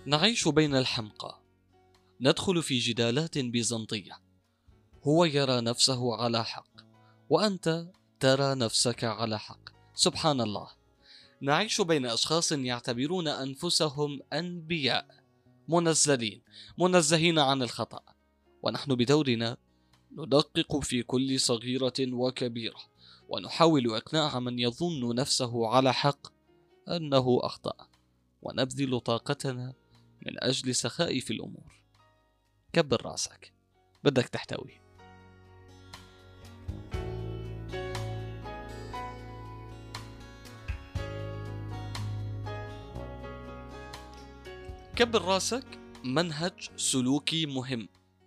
نعيش بين الحمقى، ندخل في جدالات بيزنطية. هو يرى نفسه على حق وأنت ترى نفسك على حق. سبحان الله. نعيش بين أشخاص يعتبرون أنفسهم أنبياء منزلين منزهين عن الخطأ، ونحن بدورنا ندقق في كل صغيرة وكبيرة ونحاول إقناع من يظن نفسه على حق أنه أخطأ، ونبذل طاقتنا من أجل سخائف الأمور. كبر راسك، بدك تحتوي. كبر راسك منهج سلوكي مهم.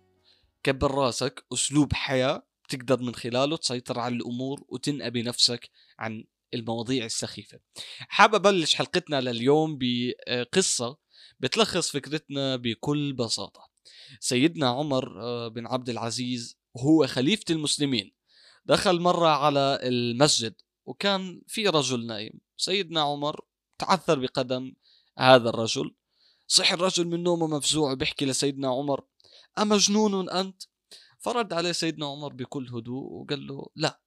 كبر راسك أسلوب حياة تقدر من خلاله تسيطر على الأمور وتنقى بنفسك عن المواضيع السخيفة. حابب أبلش حلقتنا لليوم بقصة بتلخص فكرتنا بكل بساطة. سيدنا عمر بن عبد العزيز وهو خليفة المسلمين دخل مرة على المسجد وكان في رجل نايم. سيدنا عمر تعثر بقدم هذا الرجل. صح الرجل من نومه مفزوع بيحكي لسيدنا عمر: أمجنون أنت؟ فرد عليه سيدنا عمر بكل هدوء وقال له: لا،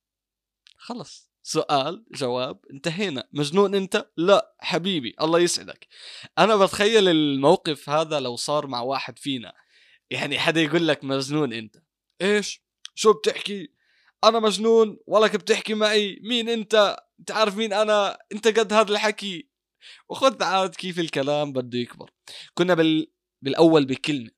خلص، سؤال جواب، انتهينا. مجنون انت؟ لا حبيبي، الله يسعدك. انا بتخيل الموقف هذا لو صار مع واحد فينا، يعني حدا يقول لك مجنون انت، ايش؟ شو بتحكي؟ انا مجنون ولك بتحكي معي؟ مين انت؟ انت عارف مين انا؟ انت قد هذا الحكي؟ وخذ عاد كيف الكلام بده يكبر. كنا بالاول بكلمة،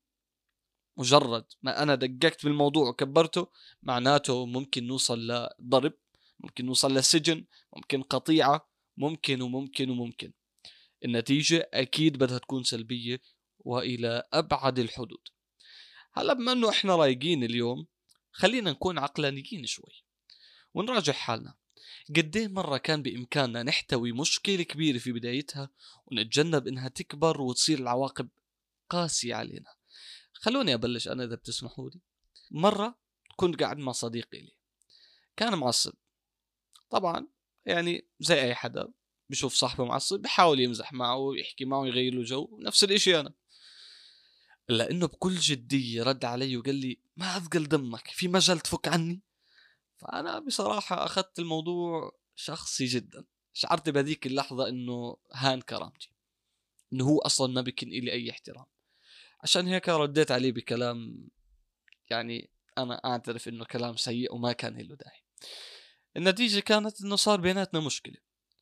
مجرد ما أنا دققت بالموضوع وكبرته معناته ممكن نوصل لضرب، ممكن نوصل للسجن، ممكن قطيعة، ممكن وممكن وممكن. النتيجة أكيد بدها تكون سلبية وإلى أبعد الحدود. هلا بما أنه إحنا رايقين اليوم، خلينا نكون عقلانيين شوي ونراجع حالنا. قديه مرة كان بإمكاننا نحتوي مشكلة كبيرة في بدايتها ونتجنب إنها تكبر وتصير العواقب قاسية علينا؟ خلوني أبلش أنا إذا بتسمحوا لي. مرة كنت قاعد مع صديقي لي، كان معصب طبعا، يعني زي أي حدا بشوف صاحبه معصب بحاول يمزح معه ويحكي معه يغير له جو. نفس الاشي أنا، إلا إنه بكل جدية رد علي وقال لي: ما أثقل دمك، في مجال تفك عني؟ فأنا بصراحة أخذت الموضوع شخصي جدا. شعرت بهذيك اللحظة إنه هان كرامتي، إنه هو أصلا ما بكن إلي أي احترام. عشان هيك رديت عليه بكلام، يعني أنا أعترف إنه كلام سيء وما كان له داعي. النتيجة كانت إنه صار بيناتنا مشكلة،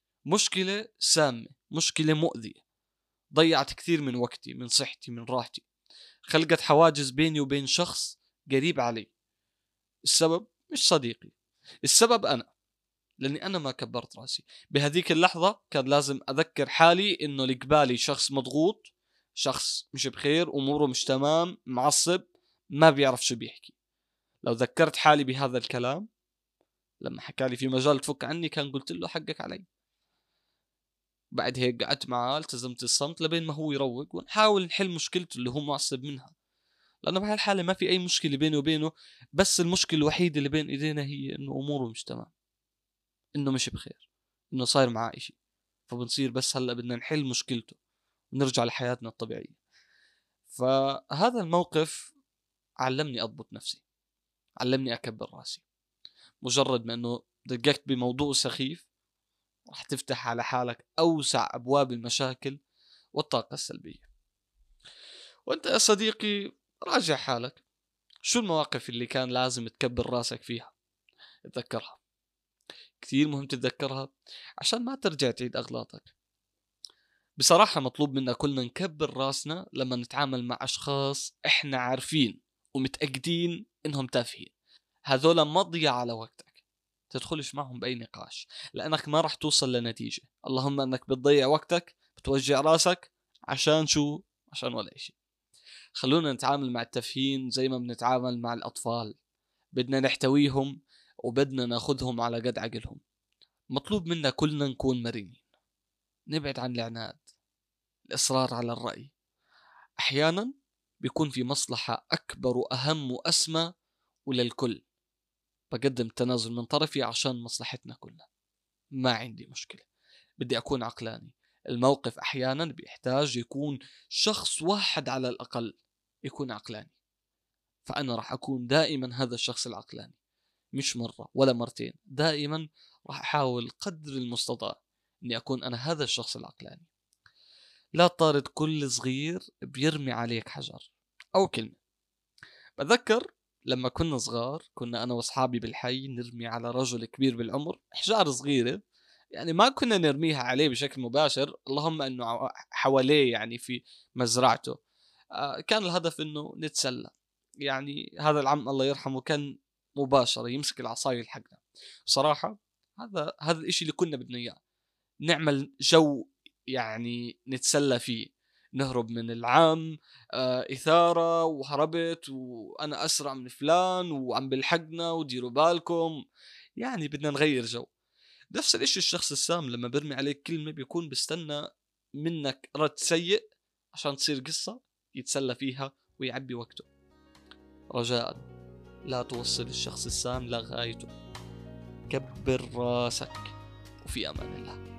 مشكلة سامة، مشكلة مؤذية، ضيعت كثير من وقتي، من صحتي، من راحتي، خلقت حواجز بيني وبين شخص قريب علي. السبب مش صديقي، السبب أنا، لأني أنا ما كبرت راسي. بهذيك اللحظة كان لازم أذكر حالي إنه القبالي شخص مضغوط، شخص مش بخير، أموره مش تمام، معصب، ما بيعرف شو بيحكي. لو ذكرت حالي بهذا الكلام لما حكالي في مجال تفك عني كان قلت له حقك علي. بعد هيك قعدت معاه، التزمت الصمت لبين ما هو يروق ونحاول نحل مشكلته اللي هو معصب منها. لأنه بهالحالة ما في أي مشكلة بيني وبينه، بس المشكلة الوحيدة اللي بين إيدينا هي إنه أموره مش تمام، إنه مش بخير، إنه صاير معاه إشي. فبنصير بس هلأ بدنا نحل مشكلته ونرجع لحياتنا الطبيعية. فهذا الموقف علمني أضبط نفسي، علمني أكبر راسي. مجرد ما إنه دققت بموضوع سخيف راح تفتح على حالك أوسع أبواب المشاكل والطاقة السلبية. وأنت يا صديقي راجع حالك، شو المواقف اللي كان لازم تكبر راسك فيها؟ تذكرها، كثير مهم تتذكرها عشان ما ترجع تعيد أغلاطك. بصراحة مطلوب منا كلنا نكبر راسنا لما نتعامل مع أشخاص إحنا عارفين ومتأكدين إنهم تافهين. هذولا مضيعة على وقتك، تدخلش معهم بأي نقاش، لأنك ما راح توصل لنتيجة. اللهم أنك بتضيع وقتك، بتوجع راسك عشان شو؟ عشان ولا إشي. خلونا نتعامل مع التافهين زي ما بنتعامل مع الأطفال، بدنا نحتويهم وبدنا ناخذهم على قد عقلهم. مطلوب منا كلنا نكون مرنين، نبعد عن العناد، الإصرار على الرأي. أحيانا بيكون في مصلحة أكبر وأهم وأسمى وللكل، بقدم التنازل من طرفي عشان مصلحتنا كلنا. ما عندي مشكلة، بدي أكون عقلاني. الموقف أحيانا بيحتاج يكون شخص واحد على الأقل يكون عقلاني، فأنا راح أكون دائما هذا الشخص العقلاني، مش مرة ولا مرتين، دائما راح أحاول قدر المستطاع أني أكون أنا هذا الشخص العقلاني. لا تطارد كل صغير بيرمي عليك حجر أو كلمة. بذكر لما كنا صغار كنا أنا وأصحابي بالحي نرمي على رجل كبير بالعمر أحجار صغيرة، يعني ما كنا نرميها عليه بشكل مباشر، اللهم أنه حواليه يعني في مزرعته. كان الهدف أنه نتسلى. يعني هذا العم الله يرحمه كان مباشرة يمسك العصاية حقنا. صراحة هذا الاشي اللي كنا بدنا إياه، نعمل جو يعني نتسلى فيه، نهرب من العام، إثارة وهربت وأنا أسرع من فلان وعم بلحقنا وديروا بالكم، يعني بدنا نغير جو. نفس الاشي الشخص السام لما برمي عليك كلمة بيكون بستنى منك رد سيء عشان تصير قصة يتسلى فيها ويعبي وقته. رجاء لا توصل الشخص السام لغايته، كبر راسك، وفي أمان الله.